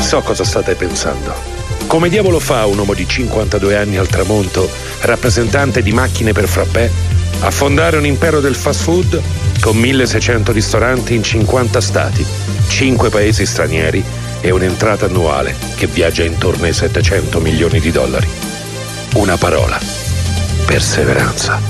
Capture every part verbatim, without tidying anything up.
So cosa state pensando. Come diavolo fa un uomo di cinquantadue anni al tramonto, rappresentante di macchine per frappè, a fondare un impero del fast food con milleseicento ristoranti in cinquanta stati, cinque paesi stranieri e un'entrata annuale che viaggia intorno ai settecento milioni di dollari? Una parola: perseveranza.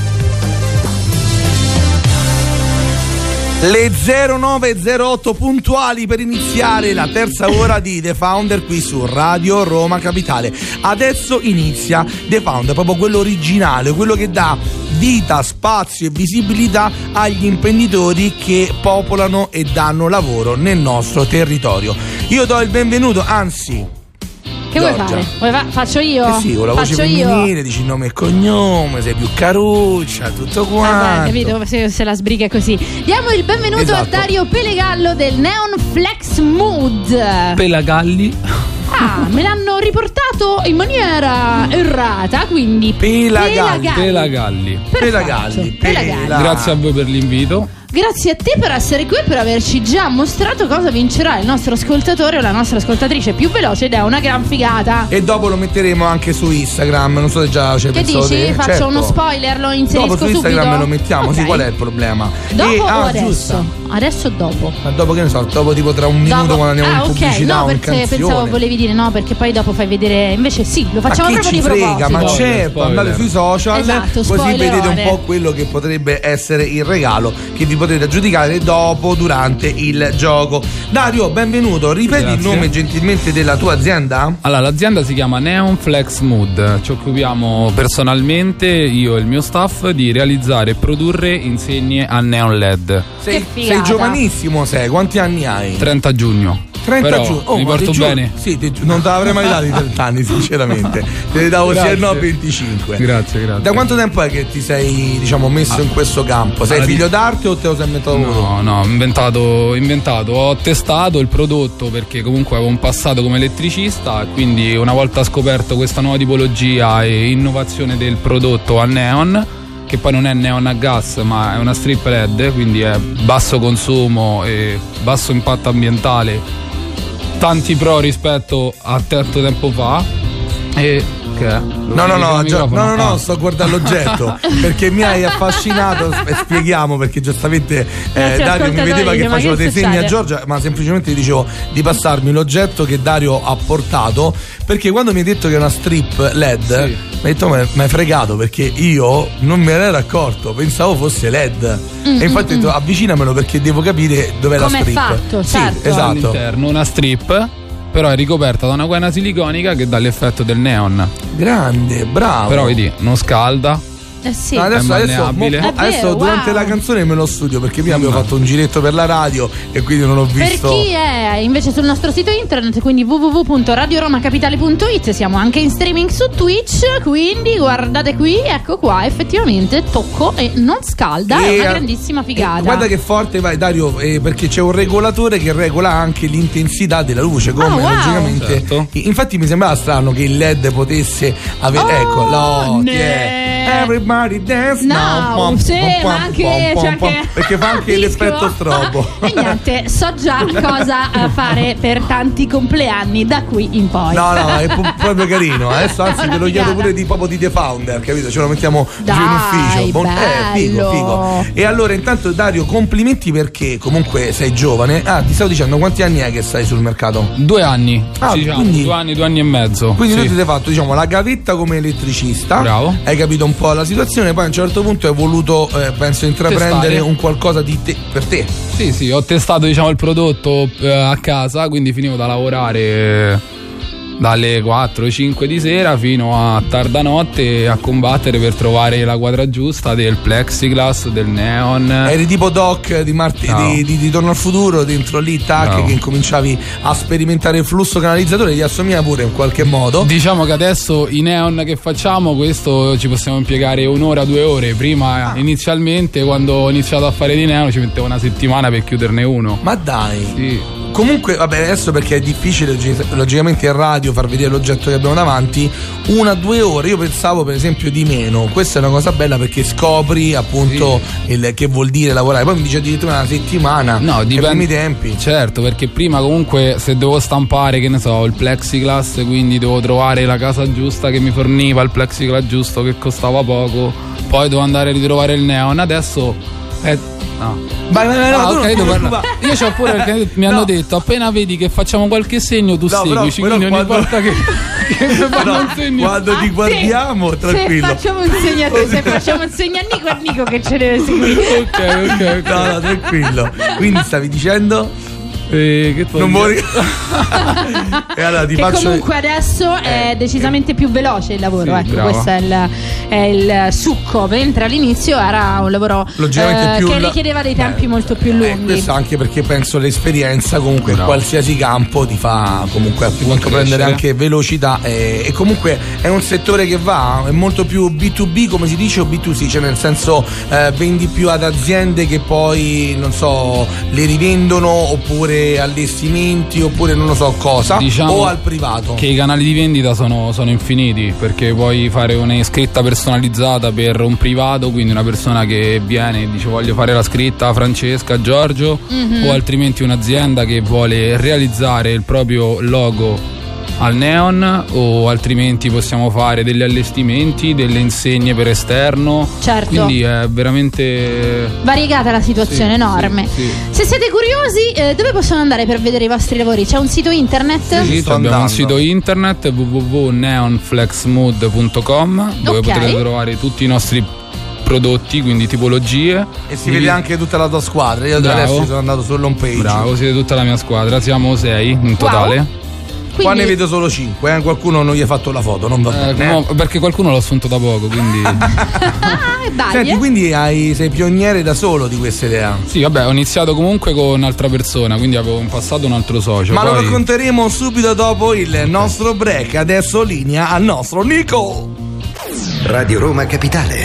Le zero nove zero otto puntuali per iniziare la terza ora di The Founder qui su Radio Roma Capitale. Adesso inizia The Founder, proprio quello originale, quello che dà vita, spazio e visibilità agli imprenditori che popolano e danno lavoro nel nostro territorio. Io do il benvenuto, anzi... Che vuoi fare? Vuoi fa- faccio io? Eh sì, con la voce faccio femminile, io. dici nome e cognome, sei più caruccia, tutto quanto. Vabbè, capito, se, se la sbriga è così. Diamo il benvenuto Esatto. a Dario Pelegallo del Neon Flex Mood. Pelagalli. Ah, me l'hanno riportato in maniera errata, quindi Pelagalli. Pelagalli. Pelagalli. Pelagalli. Pela- Grazie a voi per l'invito. Grazie a te per essere qui e per averci già mostrato cosa vincerà il nostro ascoltatore o la nostra ascoltatrice più veloce, ed è una gran figata. E dopo lo metteremo anche su Instagram, non so se già c'è Che pensato dici? te. Faccio Certo. uno spoiler, lo inserisco Dopo su Instagram subito? lo mettiamo, sì, Ok. qual è il problema? Dopo E, o ah, adesso? giusto. Adesso o dopo? Ma dopo che ne so, dopo tipo tra un minuto Dopo. quando andiamo ah, in pubblicità ok, no, o in perché canzone. pensavo volevi dire no, perché poi dopo fai vedere. Invece sì, lo facciamo ma chi proprio ci di frega, proposito. ma Spoiler, certo, spoiler. andate sui social, Esatto, così vedete un spoilerone. po' quello che potrebbe essere il regalo che vi potete aggiudicare dopo, durante il gioco. Dario, benvenuto, ripeti Grazie. il nome gentilmente della tua azienda? Allora, l'azienda si chiama Neon Flex Mood. Ci occupiamo personalmente, io e il mio staff, di realizzare e produrre insegne a neon L E D. Sei, figata. sei giovanissimo, sei, quanti anni hai? trenta giugno. trenta Però giugni. Oh, mi ma porto ti giuro- bene. Sì, ti gi- non te l'avrei mai dato i trenta anni, sinceramente. Te ne davo sia Grazie. no venticinque. Grazie, grazie. Da quanto tempo è che ti sei, diciamo, messo in questo campo? Sei allora, figlio di- d'arte o te lo sei inventato tu? No, no, inventato, inventato. Ho testato il prodotto perché comunque avevo un passato come elettricista, quindi una volta scoperto questa nuova tipologia e innovazione del prodotto a neon, che poi non è neon a gas ma è una strip L E D, quindi è basso consumo e basso impatto ambientale, tanti pro rispetto a tanto tempo fa. E che è? Lo No, no, vedi no, col già- microfono? no, no, no, Ah. sto guardando l'oggetto perché mi hai affascinato. E spieghiamo perché giustamente eh, Nostri Dario mi vedeva ascoltatori che dice, ma facevo che dei segni a succede? Giorgia, ma semplicemente gli dicevo di passarmi l'oggetto che Dario ha portato, perché quando mi hai detto che è una strip L E D, Sì. mi hai detto ma mi hai fregato, perché io non me ne ero accorto, pensavo fosse L E D. Mm, e infatti ho detto avvicinamelo perché devo capire dov'è Come la è strip. fatto, sì, certo. esatto. All'interno una strip, però è ricoperta da una guaina siliconica che dà l'effetto del neon. Grande, bravo. Però vedi, non scalda. Eh sì. No, adesso, È adesso, mo- malleabile. mo- È vero, adesso durante wow. la canzone me lo studio perché prima Mm. avevo fatto un giretto per la radio e quindi non ho Per visto. chi è invece sul nostro sito internet, quindi w w w punto radio roma capitale punto it, siamo anche in streaming su Twitch, quindi guardate qui, ecco qua, effettivamente tocco e non scalda, è E- una grandissima e figata. guarda che forte vai Dario, eh, perché c'è un regolatore che regola anche l'intensità della luce, come Oh, wow. logicamente. Certo. Infatti mi sembrava strano che il L E D potesse avere. Oh, ecco, no, ne- ti è. Everybody dance No, now. Pom, sì, pom, pom, ma anche, pom, c'è pom, anche pom, perché fa anche disco. l'effetto strobo. E niente, so già cosa eh, fare per tanti compleanni da qui in poi. No, no, è po- proprio carino. Adesso anzi Una te lo chiedo figata. pure di proprio di The Founder, capito? Ce lo mettiamo Dai, giù in ufficio. Bon- eh, figo, bello. figo. E allora intanto Dario, complimenti perché comunque sei giovane. Ah, ti stavo dicendo quanti anni è che stai sul mercato? Due anni. Ah, sì, diciamo, quindi- due anni, due anni e mezzo. Quindi sì. tu ti sei fatto, diciamo, la gavetta come elettricista. Bravo. Hai capito un po' la situazione, poi a un certo punto hai voluto, eh, penso, intraprendere Testare. un qualcosa di te per te. Sì, sì, ho testato diciamo il prodotto eh, a casa, quindi finivo da lavorare eh, dalle quattro cinque di sera fino a tarda notte a combattere per trovare la quadra giusta del plexiglass, del neon. Eri tipo Doc di, Marti- Bravo. di, di, di Torno al Futuro, dentro lì, tac, Bravo. che incominciavi a sperimentare il flusso canalizzatore, ti assomiglia pure in qualche modo. Diciamo che adesso i neon che facciamo, questo ci possiamo impiegare un'ora, due ore. Prima Ah. inizialmente, quando ho iniziato a fare di neon, ci mettevo una settimana per chiuderne uno. Ma dai, Sì. Comunque, vabbè, adesso perché è difficile logicamente in radio far vedere l'oggetto che abbiamo davanti, una due ore, io pensavo per esempio di meno. Questa è una cosa bella perché scopri appunto sì. il che vuol dire lavorare. Poi mi dice addirittura una settimana. No, dipende. Ai primi tempi. Certo, perché prima comunque se devo stampare, che ne so, il plexiglass, quindi devo trovare la casa giusta che mi forniva il plexiglass giusto che costava poco, poi devo andare a ritrovare il neon. Adesso è no. Vai, vai, vai, no, ah, okay, non, non, non, non, io c'ho pure perché mi no. hanno detto appena vedi che facciamo qualche segno tu no, seguici, però, quindi però ogni quando... volta che, che mi fanno no, un segno quando ti guardiamo se, tranquillo se facciamo un segno a te, se facciamo un segno a Nico, è Nico che ce deve seguire. ok ok, okay. No, no, tranquillo. Quindi stavi dicendo Eh, che non muori. E allora ti che faccio... comunque adesso è decisamente più veloce il lavoro, sì, ecco, brava. questo è il, è il succo, mentre all'inizio era un lavoro logicamente eh, più che la... richiedeva dei tempi eh, molto più lunghi. Eh, questo anche perché penso l'esperienza comunque in Bravo. qualsiasi campo ti fa comunque a quanto prendere anche velocità e, e comunque è un settore che va, è molto più B due B come si dice o B due C, cioè nel senso eh, vendi più ad aziende che poi non so le rivendono oppure allestimenti oppure non lo so cosa, diciamo o al privato. Che i canali di vendita sono, sono infiniti, perché puoi fare una scritta personalizzata per un privato, quindi una persona che viene e dice voglio fare la scritta a Francesca, Giorgio, mm-hmm. o altrimenti un'azienda che vuole realizzare il proprio logo al neon, o altrimenti possiamo fare degli allestimenti, delle insegne per esterno. Certo. Quindi è veramente variegata la situazione, sì, enorme. sì, sì. Se siete curiosi, eh, dove possono andare per vedere i vostri lavori? C'è un sito internet? Sì, sto abbiamo andando. un sito internet w w w punto neon flex mood punto com dove okay. potrete trovare tutti i nostri prodotti, quindi tipologie, e si quindi... vede anche tutta la tua squadra. Io Bravo. adesso sono andato sull'home page. Bravo, siete tutta la mia squadra, siamo sei in totale. Wow. Qua Quindi... ne vedo solo cinque, eh? Qualcuno non gli ha fatto la foto, non va Eh, bene. no, perché qualcuno l'ho assunto da poco, quindi Dai, Senti, eh. quindi hai, sei pioniere da solo di questa idea. sì, vabbè, ho iniziato comunque con un'altra persona, quindi avevo in passato un altro socio. Ma poi... lo racconteremo subito dopo il nostro break. Adesso linea al nostro Nico. Radio Roma Capitale.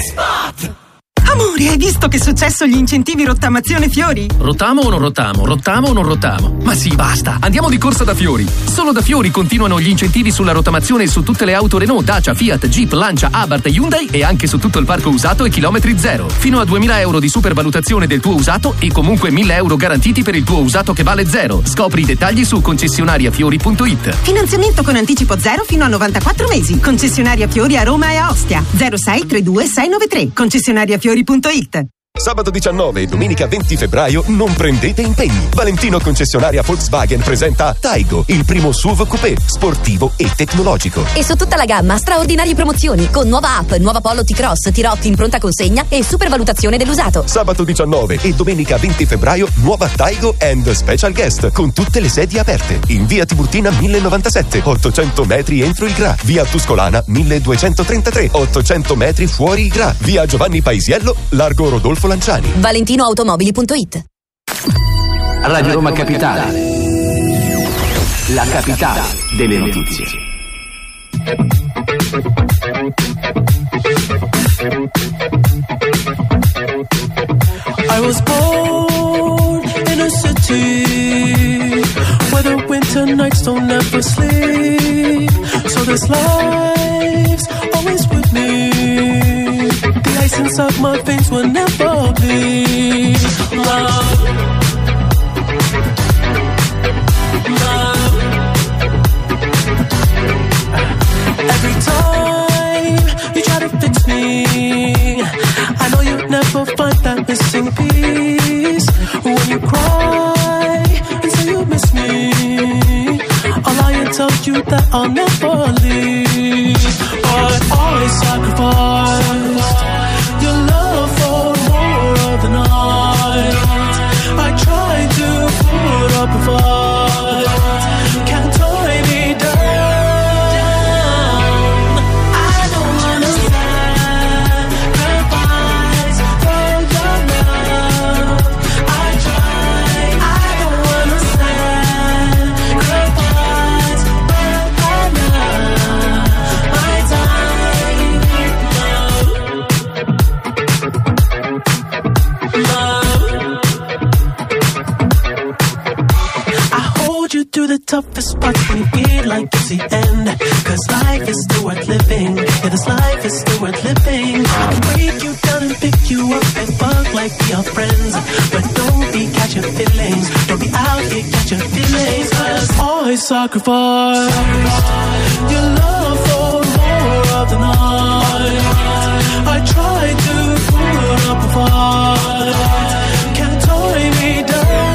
Amore, hai visto che è successo agli incentivi rottamazione Fiori? Rottamo o non rottamo? Rottamo o non rottamo? Ma sì, basta! Andiamo di corsa da Fiori! Solo da Fiori continuano gli incentivi sulla rottamazione su tutte le auto Renault, Dacia, Fiat, Jeep, Lancia, Abarth e Hyundai e anche su tutto il parco usato e chilometri zero. Fino a duemila euro di supervalutazione del tuo usato e comunque mille euro garantiti per il tuo usato che vale zero. Scopri i dettagli su concessionariafiori punto it. Finanziamento con anticipo zero fino a novantaquattro mesi. Concessionaria Fiori a Roma e a Ostia. zero sei trentadue seicentonovantatré. Concessionariafiori punto it. Sabato diciannove e domenica venti febbraio non prendete impegni. Valentino concessionaria Volkswagen presenta Taigo, il primo S U V coupé, sportivo e tecnologico. E su tutta la gamma straordinarie promozioni con nuova app, nuova Polo T-Cross, T-Rock in pronta consegna e supervalutazione dell'usato. Sabato diciannove e domenica venti febbraio nuova Taigo and Special Guest con tutte le sedie aperte. In via Tiburtina mille novantasette, ottocento metri entro il Gra. Via Tuscolana milleduecentotrentatré, ottocento metri fuori il Gra. Via Giovanni Paisiello, largo Rodolfo Lanciani. valentino automobili punto it. Radio Roma Capitale. La capitale delle notizie. I was born in a city where the winter nights don't ever sleep. So this life's always with me. The ice inside my veins will never bleed. Love, love. Every time you try to fix me, I know you'll never find that missing piece. When you cry and say you miss me, I'll lie and tell you that I'll never leave. But I sacrificed your love for more of the night. I tried to put up a fight. Can't tie me down. I don't wanna sacrifice for your love. I tried. I don't wanna sacrifice, but I love my time. Love, love. I but funny weird like it's the end. Cause life is still worth living. Yeah, this life is still worth living. I can break you down and pick you up and fuck like we are friends. But don't be catching feelings. Don't be out here catching feelings. Cause I sacrificed your love for more of the night. I tried to put up a fight. Can't tie me down.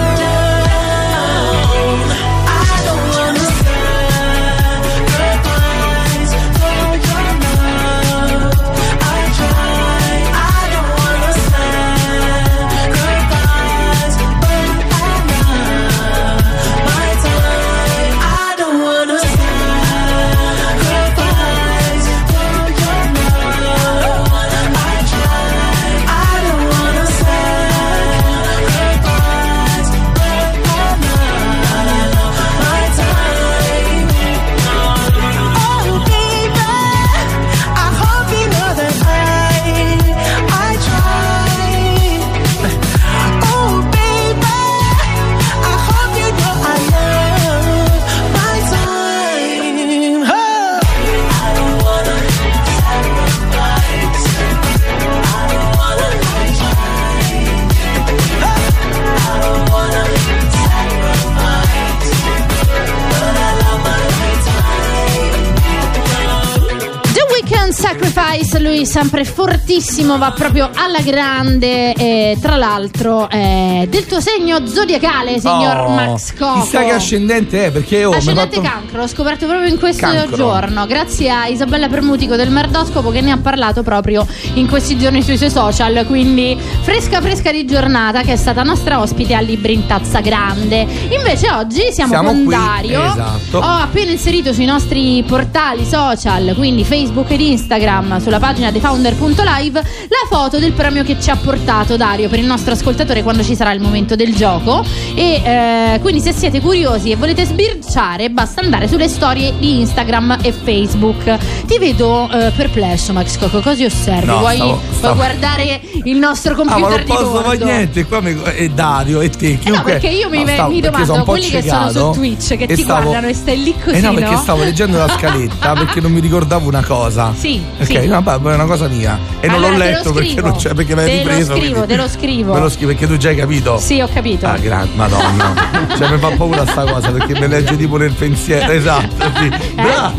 Sacrifice, lui sempre fortissimo, va proprio alla grande e tra l'altro è del tuo segno zodiacale, signor Oh, Max Coco. Chissà che ascendente è, perché io Ascendente mi fatto... cancro, l'ho scoperto proprio in questo Cancro. giorno, grazie a Isabella Permutico del Merdoscopo che ne ha parlato proprio in questi giorni sui suoi social, quindi fresca fresca di giornata, che è stata nostra ospite al Libri in Tazza Grande. Invece oggi siamo, Siamo con qui, Dario. esatto. Ho appena inserito sui nostri portali social, quindi Facebook ed Instagram, sulla pagina defounder punto live, la foto del premio che ci ha portato Dario per il nostro ascoltatore quando ci sarà il momento del gioco. E eh, quindi se siete curiosi e volete sbirciare, basta andare sulle storie di Instagram e Facebook. Ti vedo eh, perplesso, Max Coco, cosa osservi? No, vuoi, stavo- vuoi stavo- guardare il nostro Ah, computer ma non di posso bordo? fare niente, qua mi... e Dario e te. Eh no, chiunque- perché io mi, No, stavo- mi perché domando sono un po' quelli che sono ciecato su Twitch che e ti stavo- guardano e stai lì così, Eh no, perché no? stavo leggendo la scaletta perché non mi ricordavo una cosa. Sì, Ok, sì. no, vabbè, è una cosa mia. E non Allora, l'ho te lo letto perché scrivo. non c'è, perché mi hai Te lo ripreso. scrivo, quindi- te lo scrivo. Me lo scrivo perché tu già hai capito. Sì, ho capito. Ah, grande, madonna. Cioè mi fa paura sta cosa perché mi legge tipo nel pensiero. Esatto, sì. Bravo.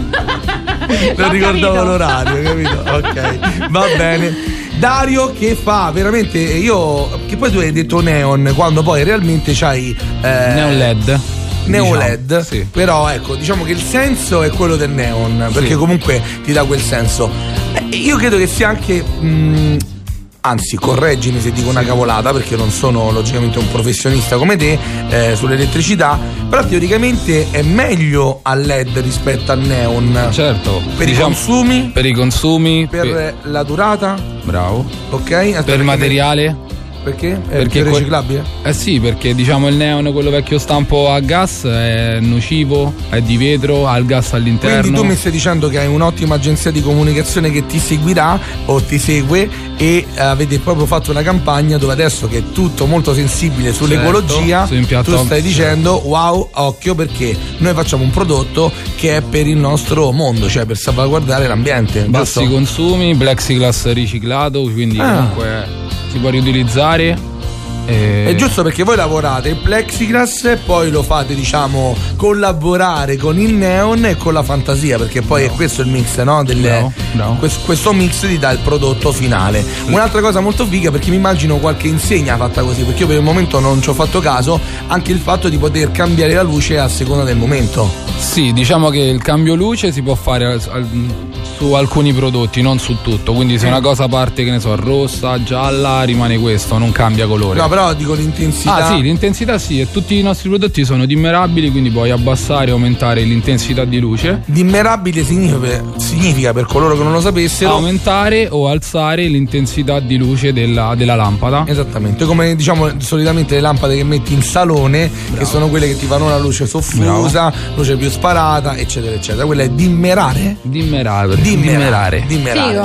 Non L'ho ricordavo capito. l'orario, capito? Ok, va bene. Dario che fa veramente, io, che poi tu hai detto neon quando poi realmente c'hai eh, Neon L E D. Neo diciamo, L E D, sì. però ecco, diciamo che il senso è quello del neon, perché Sì. comunque ti dà quel senso. Eh, io credo che sia anche mh, anzi, correggimi se dico una cavolata, perché non sono logicamente un professionista come te eh, sull'elettricità, però teoricamente è meglio a L E D rispetto al neon. Certo. Per diciamo, i consumi, Per i consumi. per per- la durata, Bravo. ok? Aspetta, Per il materiale. Perché? È Perché più que- riciclabile? Eh sì, perché diciamo il neon, quello vecchio stampo a gas, è nocivo, è di vetro, ha il gas all'interno. Quindi tu mi stai dicendo che hai un'ottima agenzia di comunicazione che ti seguirà o ti segue e avete proprio fatto una campagna dove adesso che è tutto molto sensibile sull'ecologia, Certo, sull'impianto- tu stai dicendo wow, occhio, perché noi facciamo un prodotto che è per il nostro mondo, cioè per salvaguardare l'ambiente. Bassi giusto? consumi, plexiglass riciclato, quindi Ah. comunque si può riutilizzare. E... È giusto, perché voi lavorate in plexiglass e poi lo fate, diciamo, collaborare con il neon e con la fantasia, perché poi è questo il mix, no? Delle, Bravo, bravo. Questo, questo mix ti dà il prodotto finale. Un'altra cosa molto figa, perché mi immagino qualche insegna fatta così, perché io per il momento non ci ho fatto caso, anche il fatto di poter cambiare la luce a seconda del momento. Sì, diciamo che il cambio luce si può fare al- al- su alcuni prodotti, non su tutto. Quindi se una cosa parte, che ne so, rossa, gialla, rimane questo, non cambia colore. No, però dico l'intensità. Ah sì, l'intensità sì, e tutti i nostri prodotti sono dimmerabili, quindi puoi abbassare e aumentare l'intensità di luce. Dimmerabile significa, significa, per coloro che non lo sapessero, Aumentare o alzare l'intensità di luce della, della lampada. esattamente, come diciamo solitamente le lampade che metti in salone, che sono quelle che ti fanno la luce soffusa, luce più sparata, eccetera, eccetera. Quella è dimmerare? Dimmerare. Dimmerare. Dimmerare. Dimmerare. Figo. dimmerare.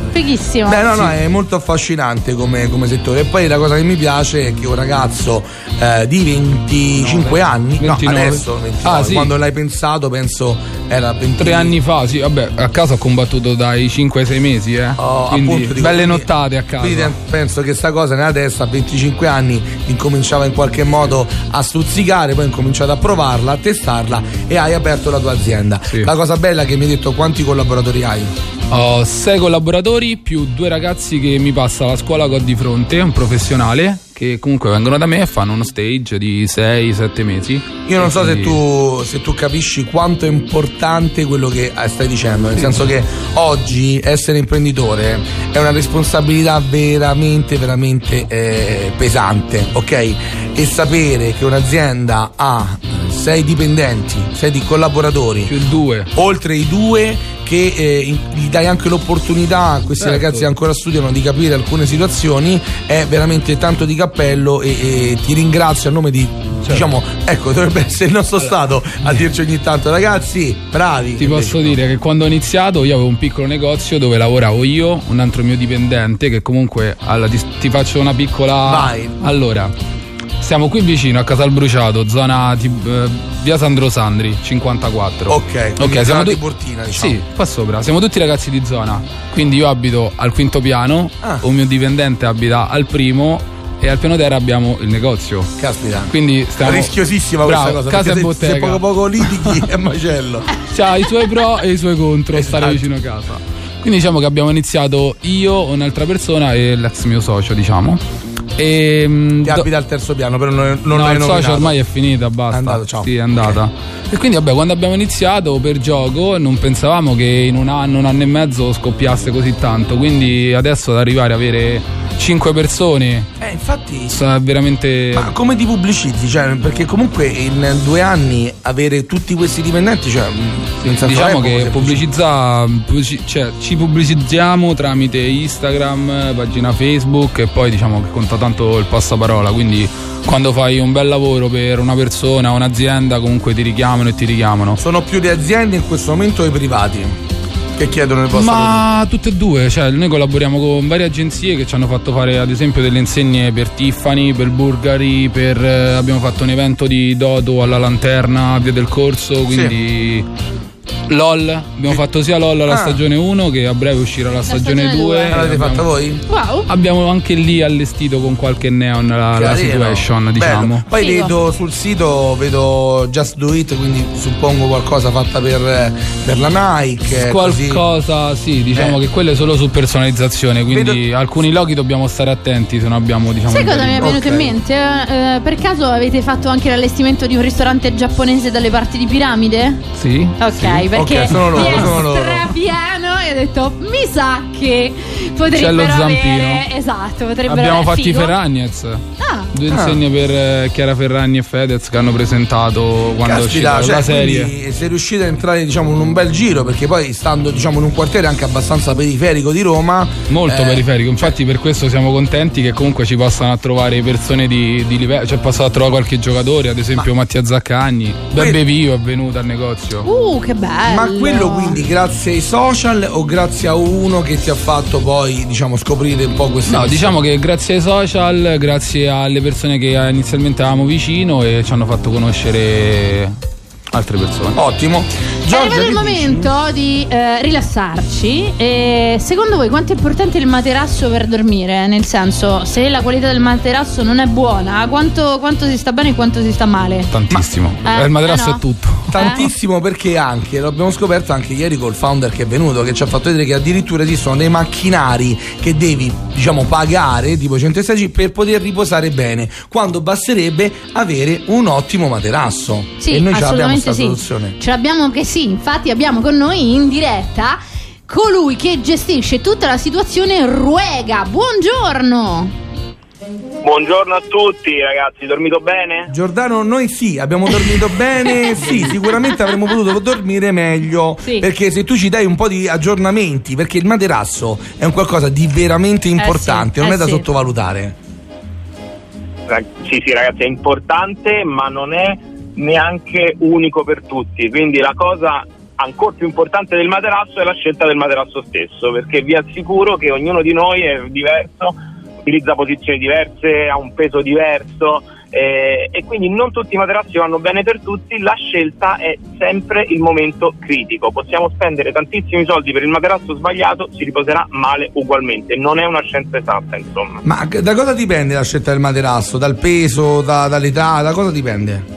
Fighissimo. Beh, no, no, è molto affascinante come, come settore. E poi la cosa che mi piace è che un ragazzo eh, di venticinque anni, ventinove. No, adesso ventinove, Ah, sì. quando l'hai pensato, penso era venti Tre anni fa, sì, vabbè, a casa ho combattuto dai cinque ai sei mesi, eh. Oh, quindi appunto, dico, belle quindi- nottate a casa. Quindi penso che sta cosa nella testa a venticinque anni incominciava in qualche modo a stuzzicare, poi hai incominciato a provarla, a testarla e hai aperto la tua azienda. Sì. La cosa bella è che mi hai detto quanti collaboratori hai. Ho sei collaboratori più due ragazzi che mi passa alla scuola che ho di fronte, un professionale, che comunque vengono da me e fanno uno stage di sei sette mesi. Io non E so quindi- se tu, se tu capisci quanto è importante quello che eh, stai dicendo, nel senso che oggi essere imprenditore è una responsabilità veramente, veramente eh, pesante, ok? E sapere che un'azienda ha sei dipendenti, sei di collaboratori, più due, oltre i due che eh, in- gli dai anche l'opportunità a questi Certo. ragazzi che ancora studiano di capire alcune situazioni, è veramente tanto di cappello e, e ti ringrazio a nome di, diciamo, ecco, dovrebbe essere il nostro Stato a dirci ogni tanto ragazzi, bravi. Ti posso dire che quando ho iniziato io avevo un piccolo negozio dove lavoravo io, un altro mio dipendente che comunque alla, ti, ti faccio una piccola. Vai. Allora, siamo qui vicino a Casal Bruciato, zona ti- eh, via Sandro Sandri cinquantaquattro. Ok, quindi ok, siamo zona tu- Tiburtina, diciamo. Sì, qua sopra. Siamo tutti ragazzi di zona. Quindi io abito al quinto piano, Ah. un mio dipendente abita al primo e al piano terra abbiamo il negozio. Caspita. Quindi stiamo Rischiosissima Bravo, questa cosa, casa perché e se, se bottega. poco poco litighi è macello. C'ha i suoi pro e i suoi contro Esatto. stare vicino a casa. Quindi diciamo che abbiamo iniziato io, un'altra persona e l'ex mio socio, diciamo. E mm, Che do- abita al terzo piano, però non, non no, l'hai il socio nominato. ormai è finita, basta. È andato, ciao. Sì, è andata. E quindi vabbè, quando abbiamo iniziato per gioco non pensavamo che in un anno, un anno e mezzo scoppiasse così tanto. Quindi adesso ad arrivare a avere cinque persone Eh, infatti. è veramente. Ma come ti pubblicizzi? Cioè, perché comunque in due anni avere tutti questi dipendenti, cioè, nel senso, Diciamo non è che poco pubblicizza, pubblici- cioè, ci pubblicizziamo tramite Instagram, pagina Facebook e poi diciamo che conta tanto il passaparola, quindi quando fai un bel lavoro per una persona o un'azienda comunque ti richiamano e ti richiamano. Sono più le aziende in questo momento o i privati che chiedono il vostro Ma tutte e due, cioè noi collaboriamo con varie agenzie che ci hanno fatto fare ad esempio delle insegne per Tiffany, per Bulgari, per, eh, abbiamo fatto un evento di Dodo alla Lanterna, Via del Corso, quindi LOL, abbiamo fatto sia LOL alla Ah. stagione uno che a breve uscirà la stagione stagione due. due. L'avete Abbiamo- fatta voi? Wow. Abbiamo anche lì allestito con qualche neon la, la Carino. situation, diciamo. Bello. Poi Figo. vedo sul sito, vedo Just Do It, quindi suppongo qualcosa fatta per, per la Nike. così. Qualcosa, sì, diciamo Eh. che quello è solo su personalizzazione, quindi Vedo- alcuni loghi dobbiamo stare attenti se non abbiamo, diciamo. Sai un cosa mi è veri- venuto Ok. in mente? Eh, per caso avete fatto anche l'allestimento di un ristorante giapponese dalle parti di Piramide? Sì. Ok, sì. perché Ok, sono loro, mi è sono loro. strapieno e ho detto mi sa che C'è lo potrebbero zampino. avere, esatto, potrebbero Abbiamo avere fatti i figo. Ferragnez. Ah, Due insegne per eh, Chiara Ferragni e Fedez che hanno presentato quando è uscita Caspita, cioè, la serie. quindi se riuscite a entrare diciamo in un bel giro, perché poi stando diciamo in un quartiere anche abbastanza periferico di Roma, Molto eh, periferico, infatti per questo siamo contenti che comunque ci possano trovare persone di, di livello, cioè passato a trovare qualche giocatore, ad esempio Mattia Zaccagni, Beppe Pio è venuto al negozio. uh, che bello. Ma quello quindi grazie ai social o grazie a uno che ti ha fatto poi diciamo scoprire un po' queste No, cose? diciamo che grazie ai social, grazie alle persone che inizialmente avevamo vicino e ci hanno fatto conoscere altre persone. Ottimo. È Giorgia, arrivato il che dici? momento di eh, rilassarci. E secondo voi quanto è importante il materasso per dormire? Nel senso, se la qualità del materasso non è buona, quanto, quanto si sta bene e quanto si sta male? Tantissimo. Ma- eh, il materasso eh no. è tutto. Tantissimo, perché anche, l'abbiamo scoperto anche ieri col founder che è venuto, che ci ha fatto vedere che addirittura esistono dei macchinari che devi diciamo pagare tipo centosei per poter riposare bene, quando basterebbe avere un ottimo materasso. Sì, e noi ce l'abbiamo assolutamente sta sì. soluzione. Ce l'abbiamo che sì, infatti abbiamo con noi in diretta colui che gestisce tutta la situazione Ruega. Buongiorno. Buongiorno a tutti ragazzi, dormito bene? Giordano, noi sì, abbiamo dormito bene, sì, sicuramente avremmo potuto dormire meglio, Sì. perché se tu ci dai un po' di aggiornamenti, perché il materasso è un qualcosa di veramente importante, sì, non eh è da sì. sottovalutare. Rag- Sì sì ragazzi, è importante ma non è neanche unico per tutti, quindi la cosa ancora più importante del materasso è la scelta del materasso stesso, perché vi assicuro che ognuno di noi è diverso, utilizza posizioni diverse, ha un peso diverso, eh, e quindi non tutti i materassi vanno bene per tutti. La scelta è sempre il momento critico. Possiamo spendere tantissimi soldi per il materasso sbagliato, si riposerà male ugualmente, non è una scienza esatta, insomma. Ma da cosa dipende la scelta del materasso? Dal peso, da, dall'età, da cosa dipende?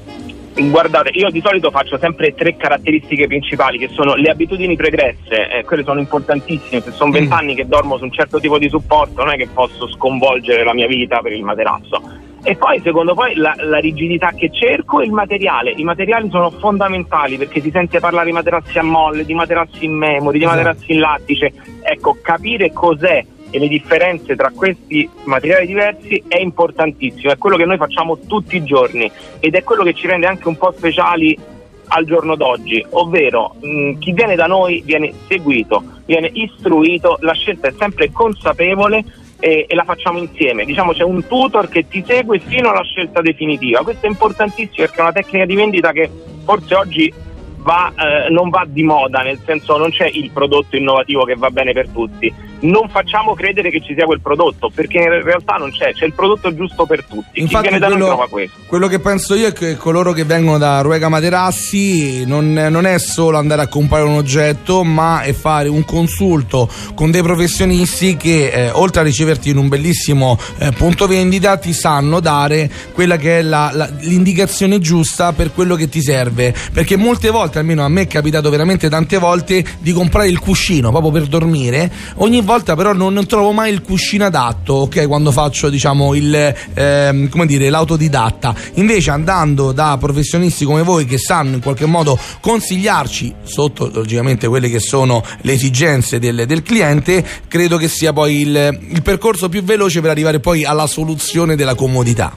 Guardate, io di solito faccio sempre tre caratteristiche principali, che sono le abitudini pregresse, eh, quelle sono importantissime. Se sono vent'anni che dormo su un certo tipo di supporto, non è che posso sconvolgere la mia vita per il materasso. E poi, secondo poi, la, la rigidità che cerco e il materiale. I materiali sono fondamentali, perché si sente parlare di materassi a molle, di materassi in memory, di materassi in lattice. Ecco, capire cos'è e le differenze tra questi materiali diversi è importantissimo, è quello che noi facciamo tutti i giorni ed è quello che ci rende anche un po' speciali al giorno d'oggi, ovvero mh, chi viene da noi viene seguito, viene istruito, la scelta è sempre consapevole e, e la facciamo insieme. Diciamo, c'è un tutor che ti segue fino alla scelta definitiva. Questo è importantissimo perché è una tecnica di vendita che forse oggi va, eh, non va di moda, nel senso non c'è il prodotto innovativo che va bene per tutti. Non facciamo credere che ci sia quel prodotto, perché in realtà non c'è, c'è il prodotto giusto per tutti. Infatti, chi viene da quello, noi trova questo. Quello che penso io è che coloro che vengono da Ruega Materassi non, non è solo andare a comprare un oggetto, ma è fare un consulto con dei professionisti che eh, oltre a riceverti in un bellissimo eh, punto vendita ti sanno dare quella che è la, la, l'indicazione giusta per quello che ti serve, perché molte volte, almeno a me è capitato veramente tante volte, di comprare il cuscino proprio per dormire. Ogni volta però non, non trovo mai il cuscino adatto, ok, quando faccio, diciamo, il ehm, come dire, l'autodidatta. Invece andando da professionisti come voi che sanno in qualche modo consigliarci sotto logicamente quelle che sono le esigenze del, del cliente, credo che sia poi il, il percorso più veloce per arrivare poi alla soluzione della comodità.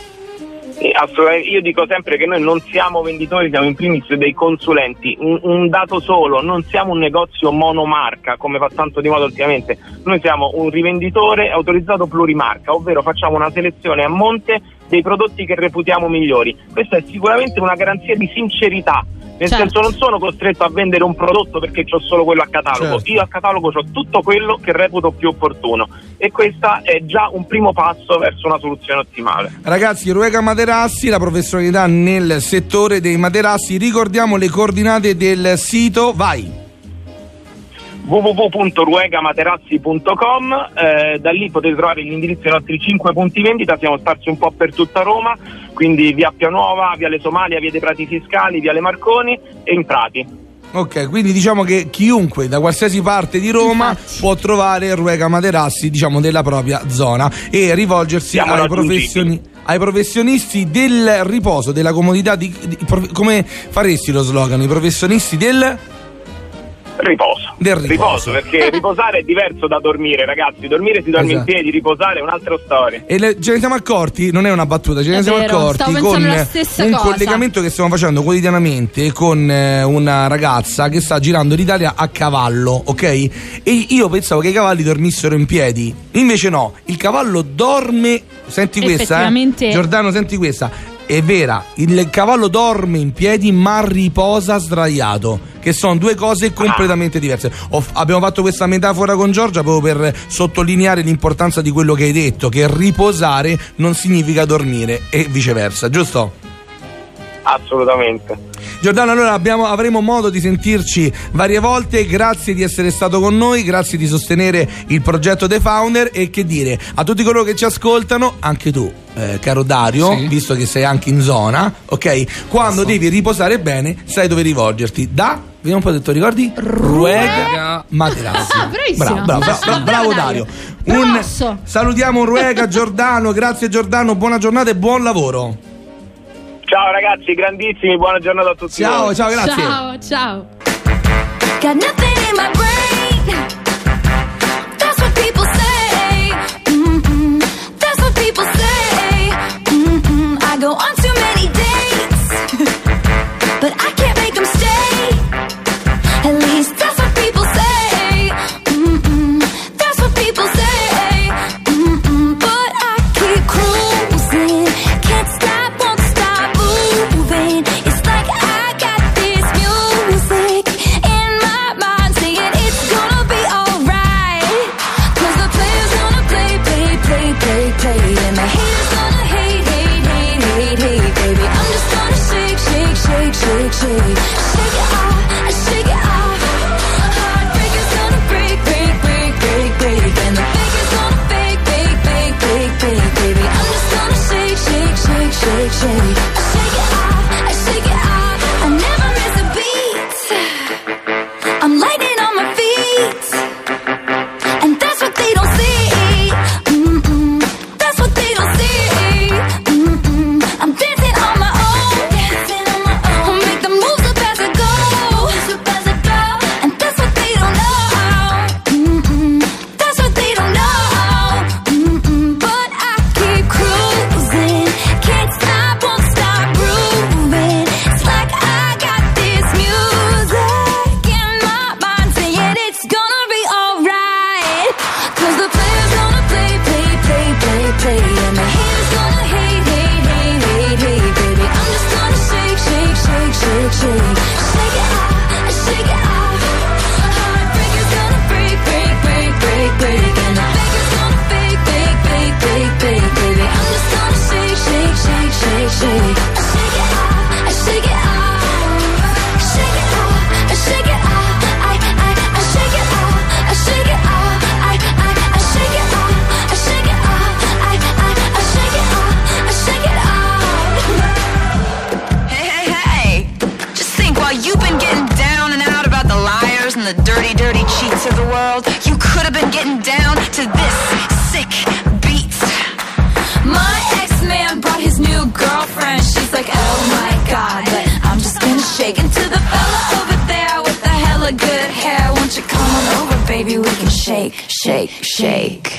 Assolutamente, io dico sempre che noi non siamo venditori, siamo in primis dei consulenti. Un, un dato solo, non siamo un negozio monomarca come fa tanto di moda ultimamente, noi siamo un rivenditore autorizzato plurimarca, ovvero facciamo una selezione a monte dei prodotti che reputiamo migliori. Questa è sicuramente una garanzia di sincerità, nel certo. senso non sono costretto a vendere un prodotto perché ho solo quello a catalogo, certo. io a catalogo ho tutto quello che reputo più opportuno e questa è già un primo passo verso una soluzione ottimale. Ragazzi, Ruega Materassi, la professionalità nel settore dei materassi, ricordiamo le coordinate del sito, vai! w w w punto ruega materassi punto com, eh, da lì potete trovare l'indirizzo dei nostri cinque punti vendita, siamo sparsi un po' per tutta Roma, quindi via Pianuova, via Le Somalia, via dei Prati Fiscali, via Le Marconi e in Prati. Ok, quindi diciamo che chiunque da qualsiasi parte di Roma Infatti. può trovare Ruega Materassi, diciamo, della propria zona e rivolgersi ai, professioni, ai professionisti del riposo, della comodità, di, di, come faresti lo slogan? I professionisti del... Riposo. Del riposo. riposo, perché riposare è diverso da dormire, ragazzi. Dormire si dorme esatto. in piedi, riposare è un'altra storia. E le, ce ne siamo accorti, non è una battuta, ce ne è siamo vero, accorti con un cosa. collegamento che stiamo facendo quotidianamente con eh, una ragazza che sta girando l'Italia a cavallo, ok? E io pensavo che i cavalli dormissero in piedi, invece no, il cavallo dorme, senti questa, eh? Giordano, senti questa. È vera, il cavallo dorme in piedi ma riposa sdraiato, che sono due cose completamente diverse. Ho, abbiamo fatto questa metafora con Giorgia proprio per sottolineare l'importanza di quello che hai detto, che riposare non significa dormire e viceversa, giusto? Assolutamente. Giordano, allora abbiamo, avremo modo di sentirci varie volte, grazie di essere stato con noi, grazie di sostenere il progetto The Founder e che dire a tutti coloro che ci ascoltano, anche tu eh, caro Dario, sì. visto che sei anche in zona, ok, quando Posso. devi riposare bene sai dove rivolgerti, da, vediamo un po' detto, ricordi? Ruega Materassi. Ah, bravissimo. Bravo, bravo, bravo, bravo Dario. Un, salutiamo Ruega, Giordano, grazie Giordano, buona giornata e buon lavoro. Ciao ragazzi, grandissimi, buona giornata a tutti. Ciao, voi. ciao, grazie. Ciao, ciao. Got nothing in my brain. That's what people say. Mm-mm. That's what people say. Mm-mm. I go on too many dates, but I can't make them stay. At least that's what people say. Mm-mm. That's what people say. Mm-mm. But I keep cruising, can't stop, won't stop moving. It's like I got this music. You've been getting down and out about the liars and the dirty, dirty cheats of the world. You could have been getting down to this sick beat. My ex-man brought his new girlfriend. She's like, oh my God, but I'm just gonna shake. And to the fella over there with the hella good hair, won't you come on over, baby, we can shake, shake, shake.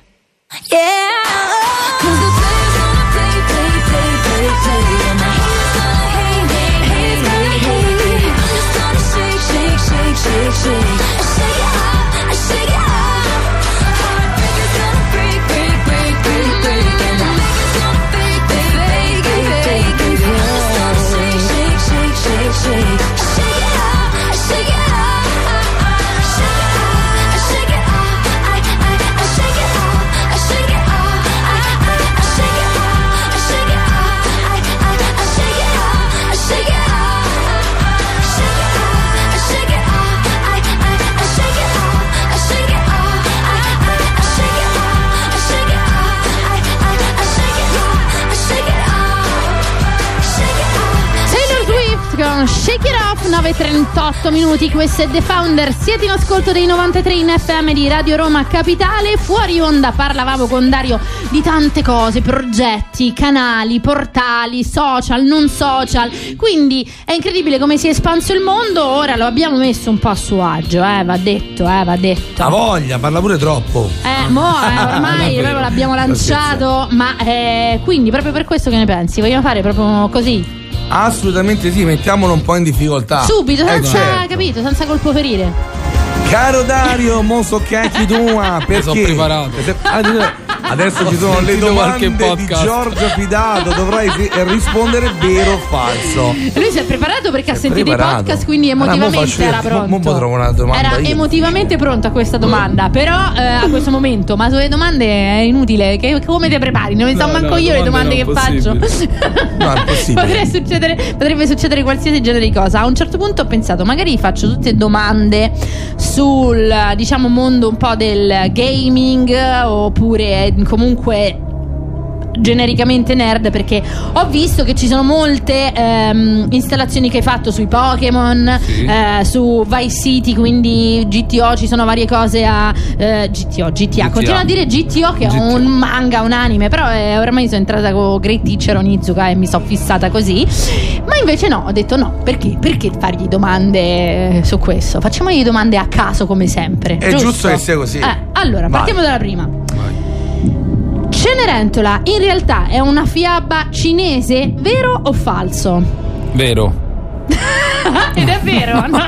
Yeah, 'cause the players gonna play, play, play, play, play, and the haters gonna hate, hate, hate, hate, hate. I'm just gonna shake, shake, shake, shake, shake. I shake it up, I shake it up. Heartbreakers gonna break, break, break, break, break, and the fakers gonna fake, fake, fake, fake, fake, fake. I'm just gonna shake, shake, shake, shake, shake. I shake it up, I shake it up. I shake it up, I shake it up. I, I, I shake it up, I shake it up. I, I, I shake it up, I shake it up. I, I, I shake it up, I shake it up. Shake it up, I shake it up. I, I, I shake it up, I shake it up. I, I, I shake it up, I shake it up. I, I, I shake it up, I shake it up. Shake it up. Taylor Swift con Shake It Off, nove e trentotto minuti, questo è The Founder, siete in ascolto dei novantatré in F M di Radio Roma Capitale. Fuori onda parlavamo con Dario di tante cose, progetti, canali, portali, social, non social, quindi è incredibile come si è espanso il mondo. Ora lo abbiamo messo un po' a suo agio, eh, va detto, eh, va detto. Ha voglia, parla pure troppo. Eh, mo, eh, ormai proprio l'abbiamo lanciato, ma eh, quindi proprio per questo che ne pensi? Vogliamo fare proprio così? Assolutamente sì, mettiamolo un po' in difficoltà. Subito, Eh, senza, certo. capito, senza colpo ferire. Caro Dario, mo so cacchi tua, perché? sono preparato. Adesso Ho ci sono le sentito qualche domande di podcast. Giorgio Fidato, dovrai fi- rispondere vero o falso. Lui si è preparato perché ha sentito preparato. i podcast, quindi Allora, mo emotivamente faccio io- era mo- pronto. mo potrò una domanda Era io. emotivamente pronto a questa domanda, però eh, a questo momento, ma sulle domande è inutile. Che, come te prepari? Non ne so No, manco no, io le domande domande che no, faccio. No, è possibile. Potrebbe succedere, potrebbe succedere qualsiasi genere di cosa. A un certo punto ho pensato, magari faccio tutte domande sul, diciamo, mondo un po' del gaming, oppure comunque genericamente nerd, perché ho visto che ci sono molte ehm, installazioni che hai fatto sui Pokémon, Sì. eh, su Vice City, quindi G T O, ci sono varie cose a eh, G T O, G T A. Continuo a dire G T O che è G T O. un manga, un anime, però eh, ormai sono entrata con Great Teacher Onizuka e mi sono fissata così. Ma invece no, ho detto no, perché? Perché fargli domande su questo? Facciamogli domande a caso come sempre. È giusto che sia così. Eh, allora, Vai. partiamo dalla prima. Cenerentola in realtà è una fiaba cinese, vero o falso? Vero. Ed è vero, no?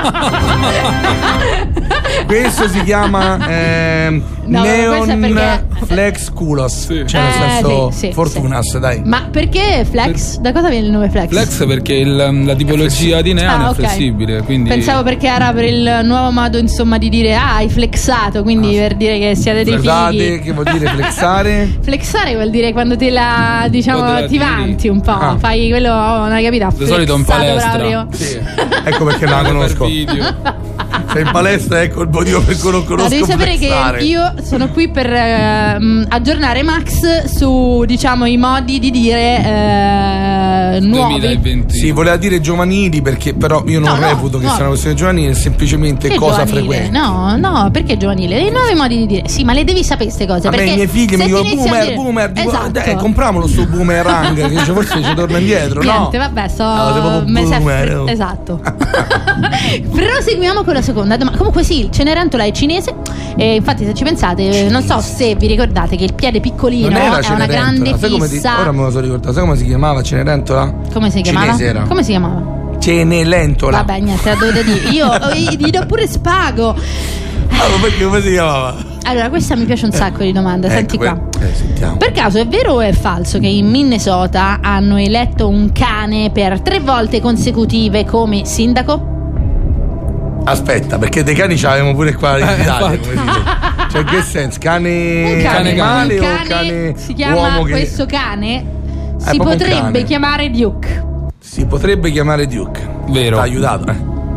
Questo si chiama ehm, No, ma questo è Neon perché- Flex Culos. Cioè, Eh, nel senso, sì, sì, Fortunas, dai. Ma perché Flex? Da cosa viene il nome Flex? Flex perché il- la tipologia di neon Ah, è ok. flessibile, quindi Pensavo perché era per il nuovo modo, insomma, di dire ah, hai flexato, quindi per dire che siete dei Scusate, fighi. che vuol dire flexare? Flexare vuol dire quando te la, Un po' te diciamo, la ti tiri. vanti un po', Ah. fai quello, non hai capito? di solito in Flexato palestra. proprio. Sì. Ecco perché non la Per conosco. video. Sei in palestra, ecco il motivo per cui non No, conosco. devi sapere flexare. che io sono qui per ehm, aggiornare Max su, diciamo, i modi di dire eh, nuovi. duemilaventi. Sì, voleva dire giovanili, perché però io non No, no, reputo che no. sia una questione giovanile, è semplicemente Che cosa giovanile? frequente. No, no, perché giovanile? I nuovi modi di dire. Sì, ma le devi sapere queste cose. Vabbè, perché i miei figli se mi dicono ti inizi a boomer, dire- boomer, dico, Esatto. dai, compriamolo sto boomerang, che forse ci torna indietro, Niente, no? vabbè, so. No, sei proprio me sei boomer, fr- oh. Esatto. Proseguiamo con la seconda domanda. Comunque, sì, il Cenerentola è cinese. E infatti, se ci pensate, eh, non so se vi ricordate che il piede piccolino Non era è una Cenerentola, grande sai come ti- fissa. ora me lo sono ricordato, sai come si chiamava Cenerentola? Come si chiamava? Cinese era. Come si chiamava? Cenerentola. Vabbè, niente, la dovete dire. Io eh, gli do pure spago. Ah, ma perché come si chiamava? Allora, questa mi piace un sacco di domanda. Senti Ecco, qua. eh, sentiamo. Per caso è vero o è falso che in Minnesota hanno eletto un cane per tre volte consecutive come sindaco? Aspetta, perché dei cani ce l'avevamo pure qua in Eh, Italia, infatti. come si dice. Cioè, in che senso? Cane, Un cane, animale un o cane cane si chiama uomo che questo cane si proprio un potrebbe cane. chiamare Duke. si potrebbe chiamare Duke? Vero. T'ha aiutato, eh?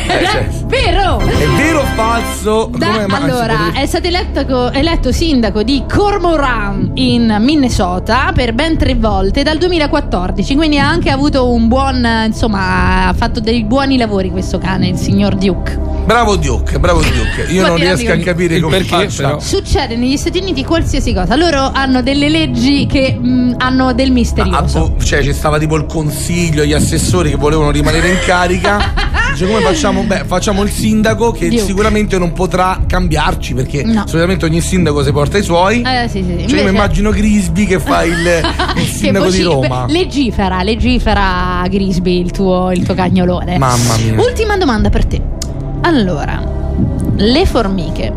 cioè, Vero! È vero o falso? Da- Come mai si allora, potrebbe- è stato eletto, eletto sindaco di Cormoran in Minnesota per ben tre volte dal duemilaquattordici, quindi ha anche avuto un buon, eh, insomma, ha fatto dei buoni lavori questo cane, il signor Duke. Bravo Duke, bravo Duke. Io non Guardi, riesco a amico. capire Il come perché, faccia. però. Succede negli Stati Uniti qualsiasi cosa. Loro hanno delle leggi che mh, hanno del Ah, misterioso. boh, cioè ci stava tipo il consiglio, gli assessori che volevano rimanere in carica. Dice, come facciamo? Beh, facciamo il sindaco che Duke. sicuramente non potrà cambiarci, perché No. solitamente ogni sindaco si porta i suoi. Eh, sì, sì. Cioè, io Invece- mi immagino Grisby che fa il, il Che sindaco di voci- Roma. Legifera, legifera Grisby, il tuo, il tuo cagnolone. Mamma mia. Ultima domanda per te. Allora, le formiche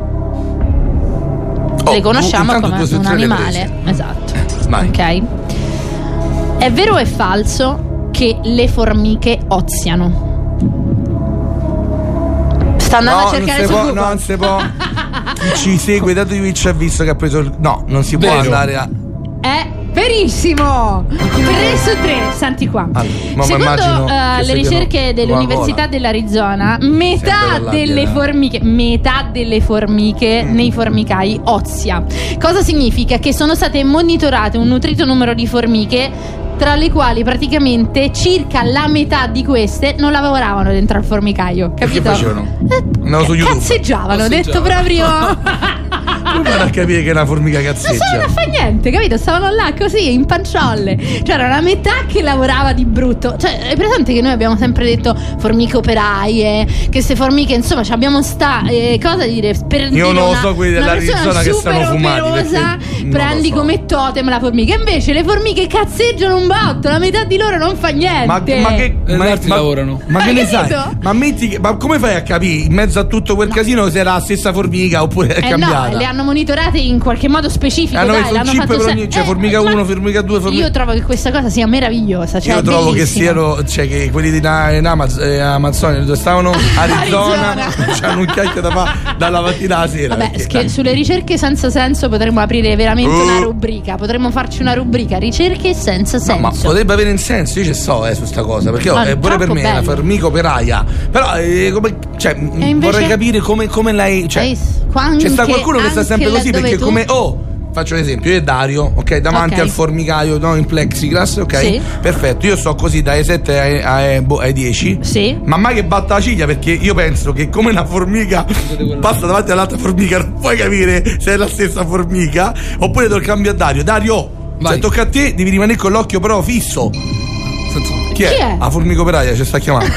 le conosciamo Oh, intanto come due su un tre le animale. Esatto. Vai. Ok. È vero o è falso che le formiche oziano? Sta andando No, a non cercare si su può, Google. no, non si può. Chi ci segue da Twitch ha visto che ha preso il... No, non si può Vero. andare a... È verissimo! tre su tre, senti qua. Allora, ma Secondo immagino eh, che le seguono ricerche dell'Università Coca-Cola. dell'Arizona, Sempre metà dall'Abbia, delle eh. formiche, metà delle formiche nei formicai ozia. Cosa significa? Che sono state monitorate un nutrito numero di formiche, tra le quali praticamente circa la metà di queste non lavoravano dentro al formicaio. Che Capito? facevano? Andavo su YouTube. Cazzeggiavano, ho detto Cazzeggiavano. proprio. Come fare a capire che è una formica Non so, cazzeggia? non fa niente, capito? Stavano là così, in panciolle. C'era una metà che lavorava di brutto. Cioè, è presente che noi abbiamo sempre detto formiche operaie, che queste formiche, insomma, ci abbiamo sta eh, cosa dire per Io dire non lo una- so quelli una dell'Arizona persona che super stanno fumati, operosa, perché non prendi lo so. come totem la formica. Invece le formiche cazzeggiano un botto, la metà di loro non fa niente. Ma, ma che E ma, gli altri ma- lavorano. ma che Hai ne sai? capito? Ma metti che, ma come fai a capire in mezzo a tutto quel casino se era la stessa formica oppure è Eh cambiata? no, le hanno monitorate in qualche modo specifico. Hanno dai, messo un l'hanno chip fatto per se- ogni, cioè eh, formica ma uno, formica due, formica Io trovo che questa cosa sia meravigliosa. Cioè Io trovo che bellissima. siano, cioè che quelli di Na- in Amaz- eh, Amazzonia dove stavano Arizona, Arizona. c'hanno un chiacchiere da fa dalla mattina alla sera. Vabbè, perché- scher- sulle ricerche senza senso potremmo aprire veramente Uh. una rubrica. Potremmo farci una rubrica ricerche senza No, senso. ma potrebbe avere un senso, io ci so eh, su sta cosa, perché Ma oh, eh, pure per troppo me è una bello. formica operaia. Però eh, come, cioè, m- invece- vorrei capire come, come lei. Cioè, Hai- anche- c'è sta qualcuno che sta sempre anche così laddove perché tu- come. Oh! Faccio un esempio, io e Dario, ok, davanti Ok. al formicaio, no, in plexiglass, ok? Sì. Perfetto, io sto così dai sette ai, ai, boh, ai dieci. Sì. Ma mai che batta la ciglia perché io penso che come una formica passa davanti all'altra formica, non puoi capire se è la stessa formica. Oppure do il cambio a Dario. Dario, Vai. se tocca a te, devi rimanere con l'occhio però fisso. Senza- Chi è? Chi è? La formica operaia ci sta chiamando.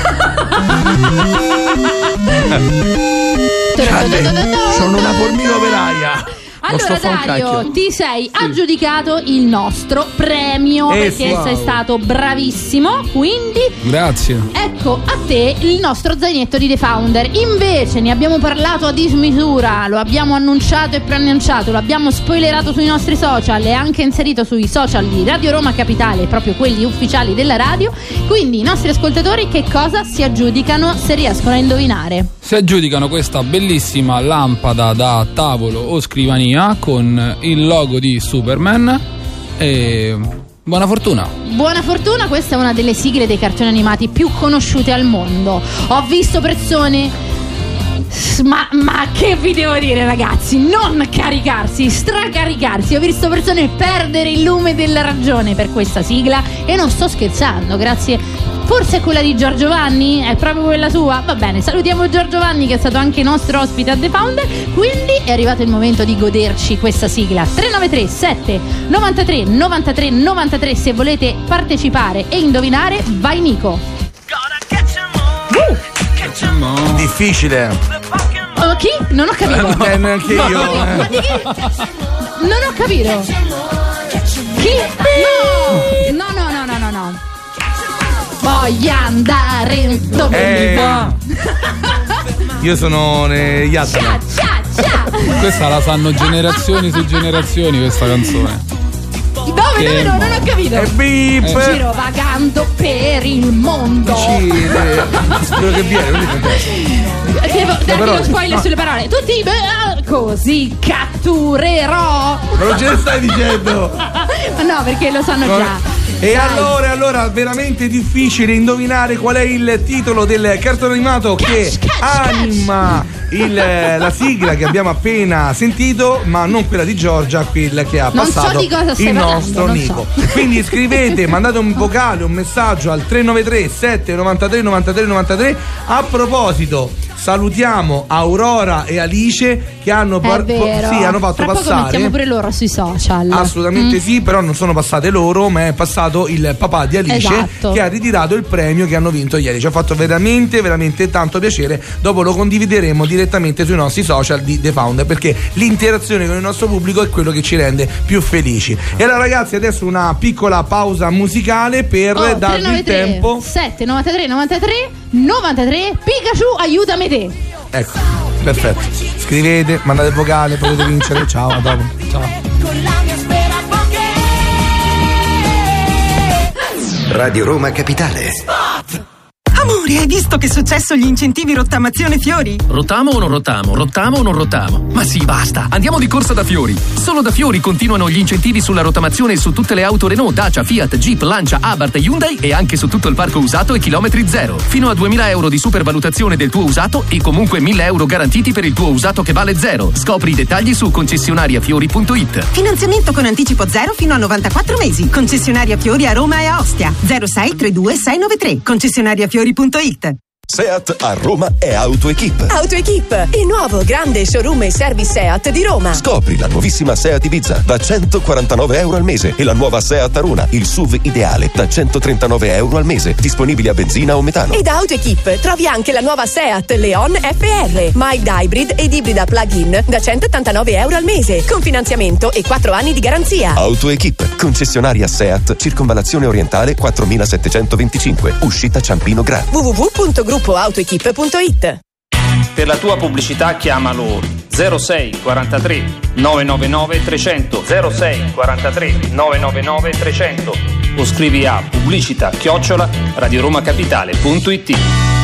Sono una formica operaia. Lo sto Allora a fa un Dario, cacchio. ti sei aggiudicato il nostro premio Eh, perché wow. sei stato bravissimo. Quindi Grazie. ecco a te il nostro zainetto di The Founder. Invece ne abbiamo parlato a dismisura, lo abbiamo annunciato e preannunciato, lo abbiamo spoilerato sui nostri social e anche inserito sui social di Radio Roma Capitale, proprio quelli ufficiali della radio. Quindi i nostri ascoltatori che cosa si aggiudicano se riescono a indovinare? Si aggiudicano questa bellissima lampada da tavolo o scrivania con il logo di Superman e buona fortuna. Buona fortuna, questa è una delle sigle dei cartoni animati più conosciute al mondo. Ho visto persone s- Ma, ma che vi devo dire ragazzi, non caricarsi, stracaricarsi. Ho visto persone perdere il lume della ragione per questa sigla e non sto scherzando, grazie. Forse è quella di Giorgio Vanni? È proprio quella sua? Va bene, salutiamo Giorgio Vanni che è stato anche nostro ospite a The Founder. Quindi è arrivato il momento di goderci questa sigla. Tre nove tre sette novantatré novantatré novantatré se volete partecipare e indovinare. Vai Nico. Uh, difficile. Oh, chi? Non ho capito. Eh, neanche io. Ma eh. di chi? Non ho capito. Chi? No! No, no, no, no, no, no. Voglio andare dove Eh. mi va. Io sono negli altri. Cia, cia, cia. Questa la sanno generazioni su generazioni questa canzone. Dove, Che dove, no, non ho capito. E beep. Giro vagando per il mondo. Sì, eh, spero che viene. quindi non è. Devo, darvi però- lo spoiler no. sulle parole. Tutti beh, così catturerò. Non ce ne stai dicendo? No, perché lo sanno già. E Dai. allora, allora, veramente difficile indovinare qual è il titolo del cartone animato che anima il, la sigla che abbiamo appena sentito, ma non quella di Giorgia, quella che ha Non so passato di cosa stai il parlando, nostro non Nico. so. Quindi scrivete, mandate un vocale, un messaggio al tre nove tre sette nove tre nove tre nove tre. A proposito, salutiamo Aurora e Alice che hanno, È par- vero. sì, hanno fatto Tra poco passare. mettiamo pure loro sui social. Assolutamente Mm. sì, però non sono passate loro, ma è passato il papà di Alice Esatto. che ha ritirato il premio che hanno vinto ieri. Ci ha fatto veramente, veramente tanto piacere. Dopo lo condivideremo direttamente sui nostri social di The Founder, perché l'interazione con il nostro pubblico è quello che ci rende più felici. E allora ragazzi, adesso una piccola pausa musicale per Oh, darvi il tempo. sette novantatré novantatré novantatré Pikachu aiutami te. Ecco, perfetto. Scrivete, mandate il vocale, potete vincere. Ciao, a dopo. Ciao. Radio Roma Capitale. Amore, hai visto che successo gli incentivi rottamazione Fiori? Rottamo o non rottamo? Rottamo o non rottamo? Ma sì, basta! Andiamo di corsa da Fiori! Solo da Fiori continuano gli incentivi sulla rottamazione su tutte le auto Renault, Dacia, Fiat, Jeep, Lancia, Abarth e Hyundai e anche su tutto il parco usato e chilometri zero. Fino a duemila euro di supervalutazione del tuo usato e comunque mille euro garantiti per il tuo usato che vale zero. Scopri i dettagli su concessionariafiori punto it. Finanziamento con anticipo zero fino a novantaquattro mesi. Concessionaria Fiori a Roma e a Ostia. zero sei trentadue seicentonovantatré. Concessionariafiori punto it. Seat a Roma è AutoEquip. AutoEquip, il nuovo grande showroom e service Seat di Roma. Scopri la nuovissima Seat Ibiza da centoquarantanove euro al mese e la nuova Seat Arona, il S U V ideale, da centotrentanove euro al mese, disponibili a benzina o metano. E da AutoEquip trovi anche la nuova Seat Leon F R, mild hybrid ed ibrida plug-in da centottantanove euro al mese, con finanziamento e quattro anni di garanzia. AutoEquip, concessionaria Seat, Circonvallazione Orientale quattromilasettecentoventicinque, uscita Ciampino Gra. w w w punto gruppo autoequip punto it. Per la tua pubblicità chiamalo zero sei quarantatré novecentonovantanove trecento zero sei quarantatré novecentonovantanove trecento o scrivi a pubblicità chiocciola radioromacapitale punto it.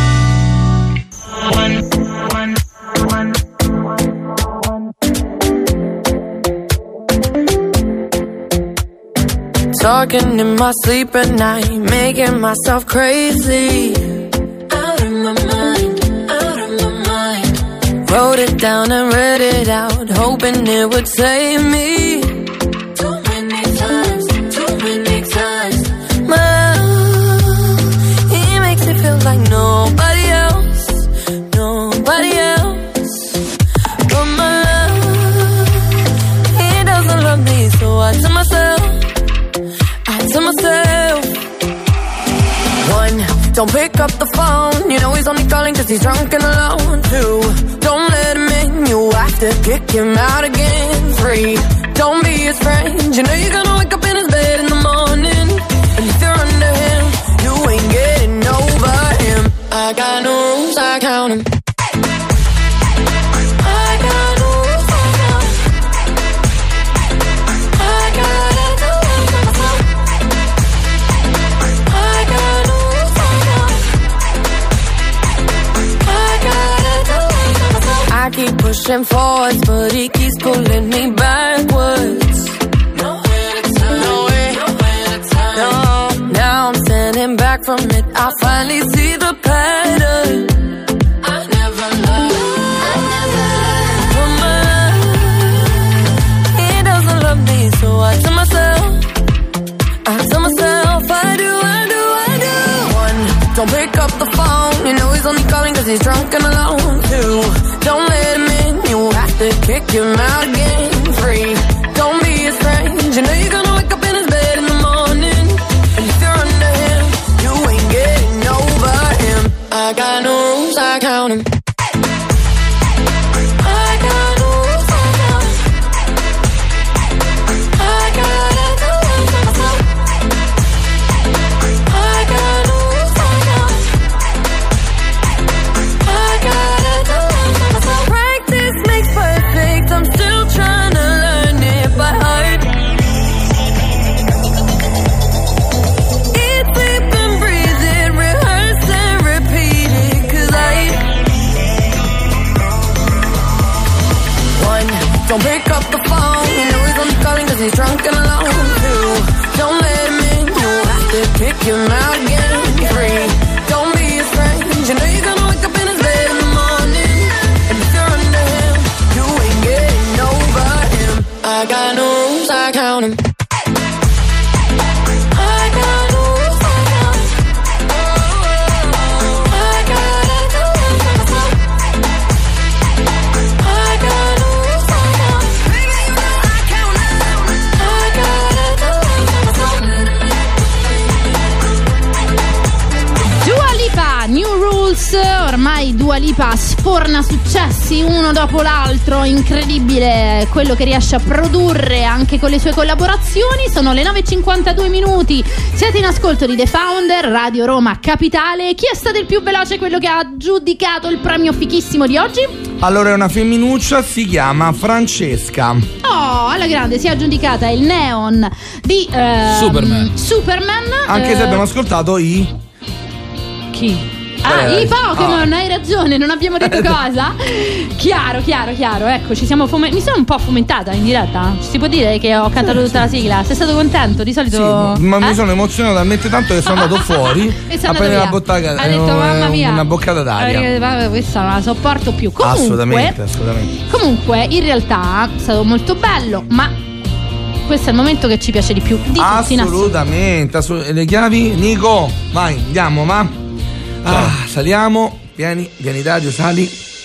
Talking in my sleep at night, making myself crazy. Out of my mind, out of my mind. Wrote it down and read it out, hoping it would save me. Too many times, too many times. My love, he makes me feel like nobody else, nobody else. But my love, he doesn't love me, so I tell myself, I tell myself. One, don't pick up the phone, you know he's only calling cause he's drunk and alone. Two, don't let him in, you have to kick him out again. Three, don't be his friend, you know you're gonna wake up in his bed in the morning. And if you're under him, you ain't getting over him. I got no rules, I count him. I got no rules, I count him. I gotta do it for myself. I got no rules, I count him. I gotta do it for myself. I keep pushing forwards, but he keeps pulling me backwards. Nowhere to turn, nowhere, nowhere to turn. No, now I'm standing back from it. I finally see the pattern. I never loved, I never loved. But my love, he doesn't love me, so I tell myself, I tell myself, I do, I do, I do. One, don't pick up the phone, you know he's only calling cause he's drunk and alone. Two, don't let him in, you have to kick him out again. Three, don't be his friend, you know you're gonna wake up in his bed in the morning. And if you're under him, you ain't getting over him. I got no rules, I count him. I got no rules, I count him. I gotta do it for myself. I got no rules, I count him. I gotta do it for myself. Practice makes perfect, I'm still trying to learn it by heart. Eat, sleep and breathe it, rehearse and repeat it, cause I Don't pick up the phone. You know he's only calling cause he's drunk and alone too. Don't let him in, you'll have to kick him out again. Free, don't be his friend. You know you're gonna wake up in his bed in the morning. And if you're under him, you ain't getting over him. I got no rules, I count him. Ormai Dua Lipa sforna successi uno dopo l'altro, incredibile quello che riesce a produrre anche con le sue collaborazioni. Sono le nove e cinquantadue minuti, siete in ascolto di The Founder, Radio Roma Capitale. Chi è stato il più veloce, quello che ha aggiudicato il premio fichissimo di oggi? Allora è una femminuccia, si chiama Francesca. Oh, alla grande, si è aggiudicata il Neon di uh, Superman. Superman. Anche uh, se abbiamo ascoltato i... Chi? Ah, Eh, i Pokémon, ah. hai ragione, non abbiamo detto cosa? Chiaro, chiaro, chiaro. Ecco, ci siamo fome- mi sono un po' fomentata in diretta. Si può dire che ho cantato tutta la sigla? Sei stato contento? Di solito. Sì, ma eh? mi sono emozionato talmente tanto che sono andato fuori E sei a andato prendere via. una bottata, Ha detto, mamma mia, una boccata d'aria. Perché, vabbè, questa non la sopporto più. Comunque, Assolutamente, assolutamente. comunque, in realtà è stato molto bello, ma questo è il momento che ci piace di più. Di tutti in assoluto. Assolutamente, assolut- le chiavi, Nico, vai, andiamo, va. Ah, saliamo, vieni, vieni Dario, sali.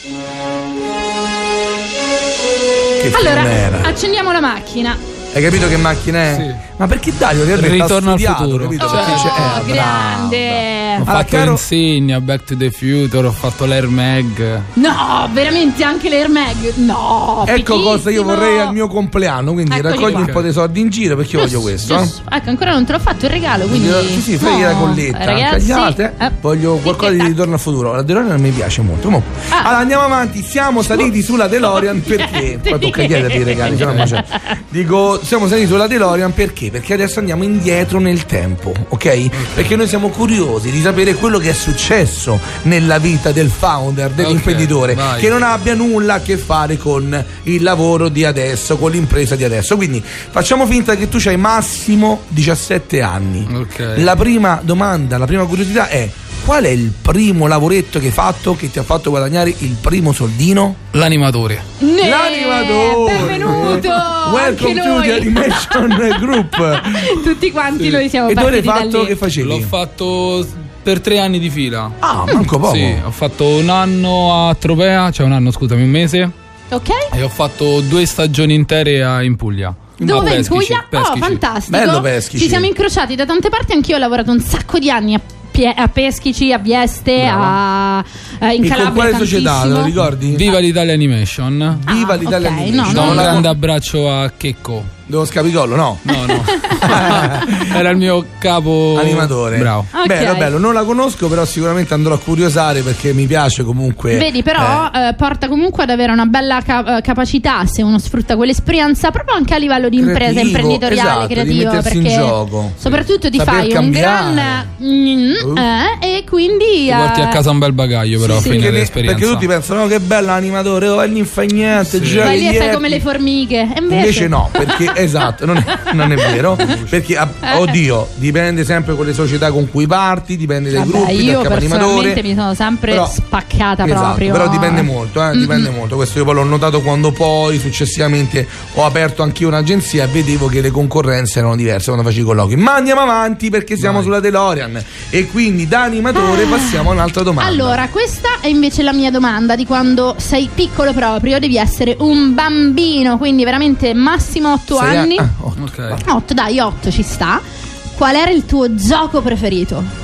Che Allora, film era? accendiamo la macchina. Hai capito che macchina è? Sì. Ma perché Dario in realtà Ritorno al studiato, futuro. capito? Oh, Perché c'è, eh, grande. Ho Ah, fatto caro- insegna, Back to the Future, ho fatto l'Air Mag. No, veramente anche l'Air Mag. No, Ecco cosa io fighissimo. vorrei al mio compleanno, quindi Eccoci raccogli qua. un po' di soldi in giro perché io voglio Giusto, questo. giusto. Ecco, ancora non te l'ho fatto il regalo, quindi Sì, sì, fai no, la colletta, ragazzi, cagliate. eh. Voglio qualcosa di Tic-tac. ritorno al futuro. La DeLorean non mi piace molto. Comunque. Ah. Allora andiamo avanti. Siamo saliti sulla DeLorean perché? Poi tocca chiedervi i regali, se no non c'è. Dico, siamo saliti sulla DeLorean perché? Perché adesso andiamo indietro nel tempo, ok? Perché noi siamo curiosi di sapere quello che è successo nella vita del founder, dell'imprenditore, vai. che non abbia nulla a che fare con il lavoro di adesso, con l'impresa di adesso. Quindi facciamo finta che tu c'hai massimo diciassette anni. Ok. La prima domanda, la prima curiosità è: qual è il primo lavoretto che hai fatto che ti ha fatto guadagnare il primo soldino? L'animatore. Ne- L'animatore! Benvenuto! Welcome anche to noi. the Animation Group. Tutti quanti noi siamo E dove l'hai partiti da fatto? lì. Che facevi? L'ho fatto per tre anni di fila. Ah, manco poco. Sì, ho fatto un anno a Tropea, cioè un anno, scusami, un mese. Ok? E ho fatto due stagioni intere a- in Puglia. Dove? A In Peschici, Puglia? Peschici. Oh, fantastico. Bello Peschici. Ci siamo incrociati da tante parti, anch'io ho lavorato un sacco di anni a, Pie- a Peschici, a Vieste, a, eh, in E Calabria. con quale società, te tantissimo. lo ricordi? Viva l'Italia Animation. Viva Ah, l'Italia ok, Animation. no, Do no, un no. grande abbraccio a Checco. Devo Scapitolo, no? No, no. Era il mio capo Animatore. Bravo. Ok. Bello, bello, non la conosco, però sicuramente andrò a curiosare perché mi piace comunque. Vedi, però eh, eh, porta comunque ad avere una bella ca- eh, capacità, se uno sfrutta quell'esperienza, proprio anche a livello di impresa Creativo, imprenditoriale, esatto, di creativa, mettersi in perché gioco. soprattutto ti Saper fai un cambiare. gran mm, eh, e quindi Ti porti eh, a casa un bel bagaglio, però, sì, a fine perché, dell'esperienza. perché tutti pensano, no, che bello l'animatore, oh, e non fa niente, Sì. gioca vai lì e fai dietro. come le formiche. E invece, Invece no, perché esatto, non è, non è vero. Perché ah, oddio, dipende sempre con le società con cui parti, dipende dai vabbè, gruppi, io dal capo personalmente animatore. mi sono sempre Però- spaccata Esatto, proprio. però dipende molto, eh, dipende molto. Questo io poi l'ho notato quando poi successivamente ho aperto anch'io un'agenzia e vedevo che le concorrenze erano diverse quando facevo i colloqui. Ma andiamo avanti perché siamo Vai. sulla DeLorean e quindi da animatore Ah. passiamo a un'altra domanda. Allora, questa è invece la mia domanda di quando sei piccolo proprio, devi essere un bambino, quindi veramente massimo otto Sei a- anni. ah, otto. Ok. otto, dai, otto ci sta. Qual era il tuo gioco preferito?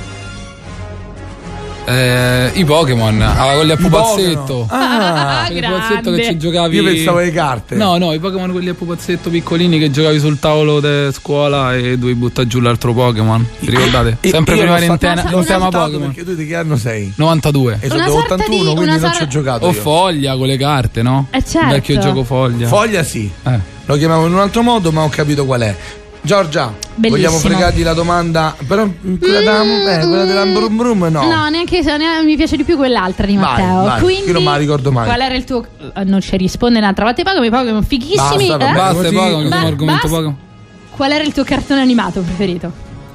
Eh, I Pokémon, ah, quelli a I pupazzetto. Ah, Quelli a pupazzetto che grande. ci giocavi. io pensavo alle carte. No, no, i Pokémon quelli a pupazzetto piccolini che giocavi sul tavolo di scuola e dovevi buttare giù l'altro Pokémon. Vi ricordate? E Sempre io prima l'ho in, fatto- tema- l'ho in tema saltato Pokémon. perché tu di che anno sei? novantadue. E sono Una sorta ottantuno, di- quindi una non sor- ci ho giocato O io. foglia con le carte, no? Eh, certo. Il vecchio gioco foglia. Foglia sì, Eh. lo chiamavo in un altro modo, ma ho capito qual è. Giorgia, Bellissimo. vogliamo fregargli la domanda? Però quella, da, eh, quella della brum brum no. No, neanche neanche- mi piace di più quell'altra di Vai, Matteo. vai, Quindi, io non me la ricordo mai. qual era il tuo. eh, Non ci risponde un'altra volta. Pokémon, Pokémon fighissimi. Basta, eh? Basta, Così- Pokémon, Ba- come argomento basta. Pokémon. Qual era il tuo cartone animato preferito?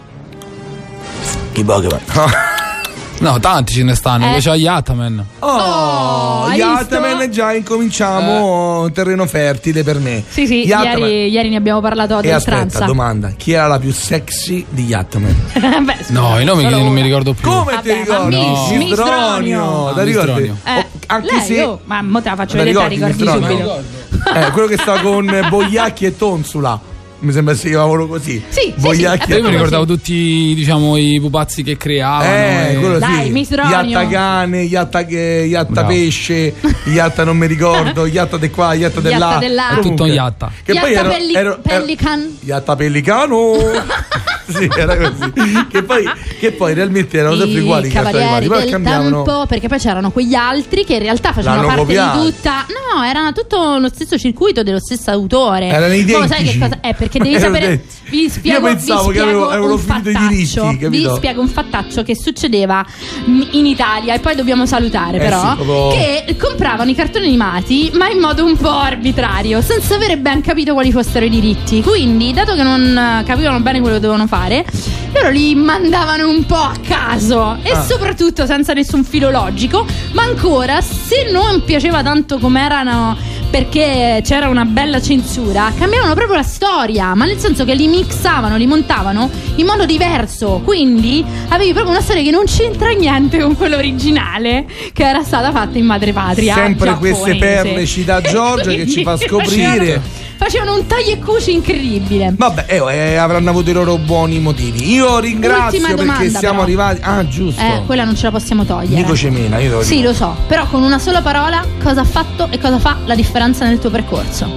Chi Pokémon? No, tanti ce ne stanno. Eh. Poi c'ha Yataman. Oh, Oh, hai Yataman visto? già incominciamo terreno fertile per me. Sì, sì, Yataman. ieri, ieri ne abbiamo parlato ad E aspetta, oltranza. domanda, chi era la più sexy di Yataman? Beh, scusa, No, i nomi solo non mi una. ricordo più. Come Vabbè, ti ricordi? ma Miss- Miss Miss Dronio, Dronio. ti Ah, Miss ricordi? Dronio. Eh, Oh, anche lei, se oh, ma mo te la faccio Te la vedere, te la ricordi, ricordi Miss Dronio? subito. eh, quello che stava con Bogliacchi e Tonsula. Mi sembra si chiamavano così. Sì, sì, Bogliacchi sì, e Io mi Così. ricordavo tutti, diciamo, i pupazzi che creavano. Eh, e- quello Dai, sì. Miss Dronio. Iatta cane, iatta, che, iatta Bravo. pesce, iatta non mi ricordo, iatta di qua, iatta di là. Iatta di là. È tutto Comunque, un iatta. Che poi Iatta ero, pelli- ero, ero, Pelican. Iatta pellicano. Sì, era così. Che poi, che poi realmente erano sempre uguali I i cartoni cavalieri animati, però del cambiavano. tempo, perché poi c'erano quegli altri che in realtà facevano L'hanno parte copiato. di tutta. No, era tutto lo stesso circuito dello stesso autore. Erano Ma identici. sai che cosa? È perché devi Erano sapere. identici. Vi spiego, Io pensavo vi che spiego avevano- avevano un finito i fattaccio. diritti, capito? Vi spiego un fattaccio che succedeva in in Italia e poi dobbiamo salutare, Eh però. sì, proprio- Che compravano i cartoni animati, ma in modo un po' arbitrario, senza avere ben capito quali fossero i diritti. Quindi, dato che non eh, capivano bene quello che dovevano fare, loro li mandavano un po' a caso e Ah. soprattutto senza nessun filo logico. Ma ancora, se non piaceva tanto come erano, perché c'era una bella censura, cambiavano proprio la storia, ma nel senso che li mixavano, li montavano in modo diverso. Quindi avevi proprio una storia che non c'entra niente con quella originale che era stata fatta in madrepatria Sempre queste giapponese. perle ci dà Giorgia che ci fa Quindi scoprire. facevano, facevano un taglio e cuci incredibile. Vabbè, eh, eh, avranno avuto i loro buoni motivi. Io ringrazio Ultima perché domanda, siamo però. arrivati. Ah, giusto. Eh, quella non ce la possiamo togliere. Nico Cemena, io te lo Sì, dico. lo so, però con una sola parola cosa ha fatto e cosa fa la differenza nel tuo percorso?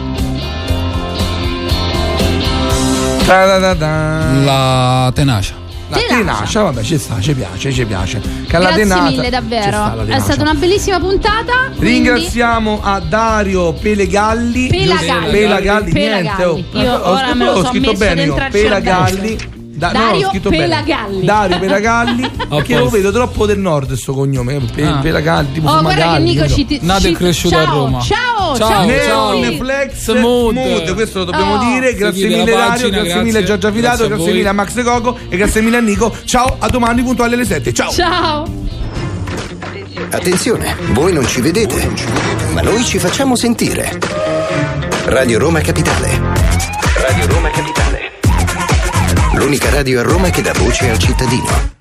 Ta-da-da-da. La tenacia. La Tenacia. tenacia, vabbè, ci sta, ci piace, ci piace. Che la Grazie tenata- mille ci davvero. sta la È tenacia. stata una bellissima puntata. quindi- Ringraziamo a Dario Pelegalli. Pelagalli. Pelagalli, Pelagalli. niente. Oh. Io Ho- ora ho- me lo ho so scritto messo bene io. dentro al Pelagalli. cervello. Da- no, Dario ho scritto bene. Pelagalli. Dario Pelagalli. Perché lo posto. vedo troppo del nord sto cognome. Pe- Ah. Pelagalli, tipo Oh, guarda che Fumagalli, Nico capito? ci ti- Nato e ci- cresciuto ciao, a Roma. Ciao, Ciao, ciao. Neon Sì. Flex Smooth. Mood, questo lo dobbiamo Oh. dire. Grazie Seguite la mille Dario, pagina, grazie, grazie. mille Giorgia Filato, Grazie a grazie voi. mille a Max Coco e grazie mille a Nico. Ciao, a domani puntuale alle sette. Ciao. Ciao. Attenzione, voi non ci vedete, ma noi ci facciamo sentire. Radio Roma Capitale. Radio Roma Capitale. L'unica radio a Roma che dà voce al cittadino.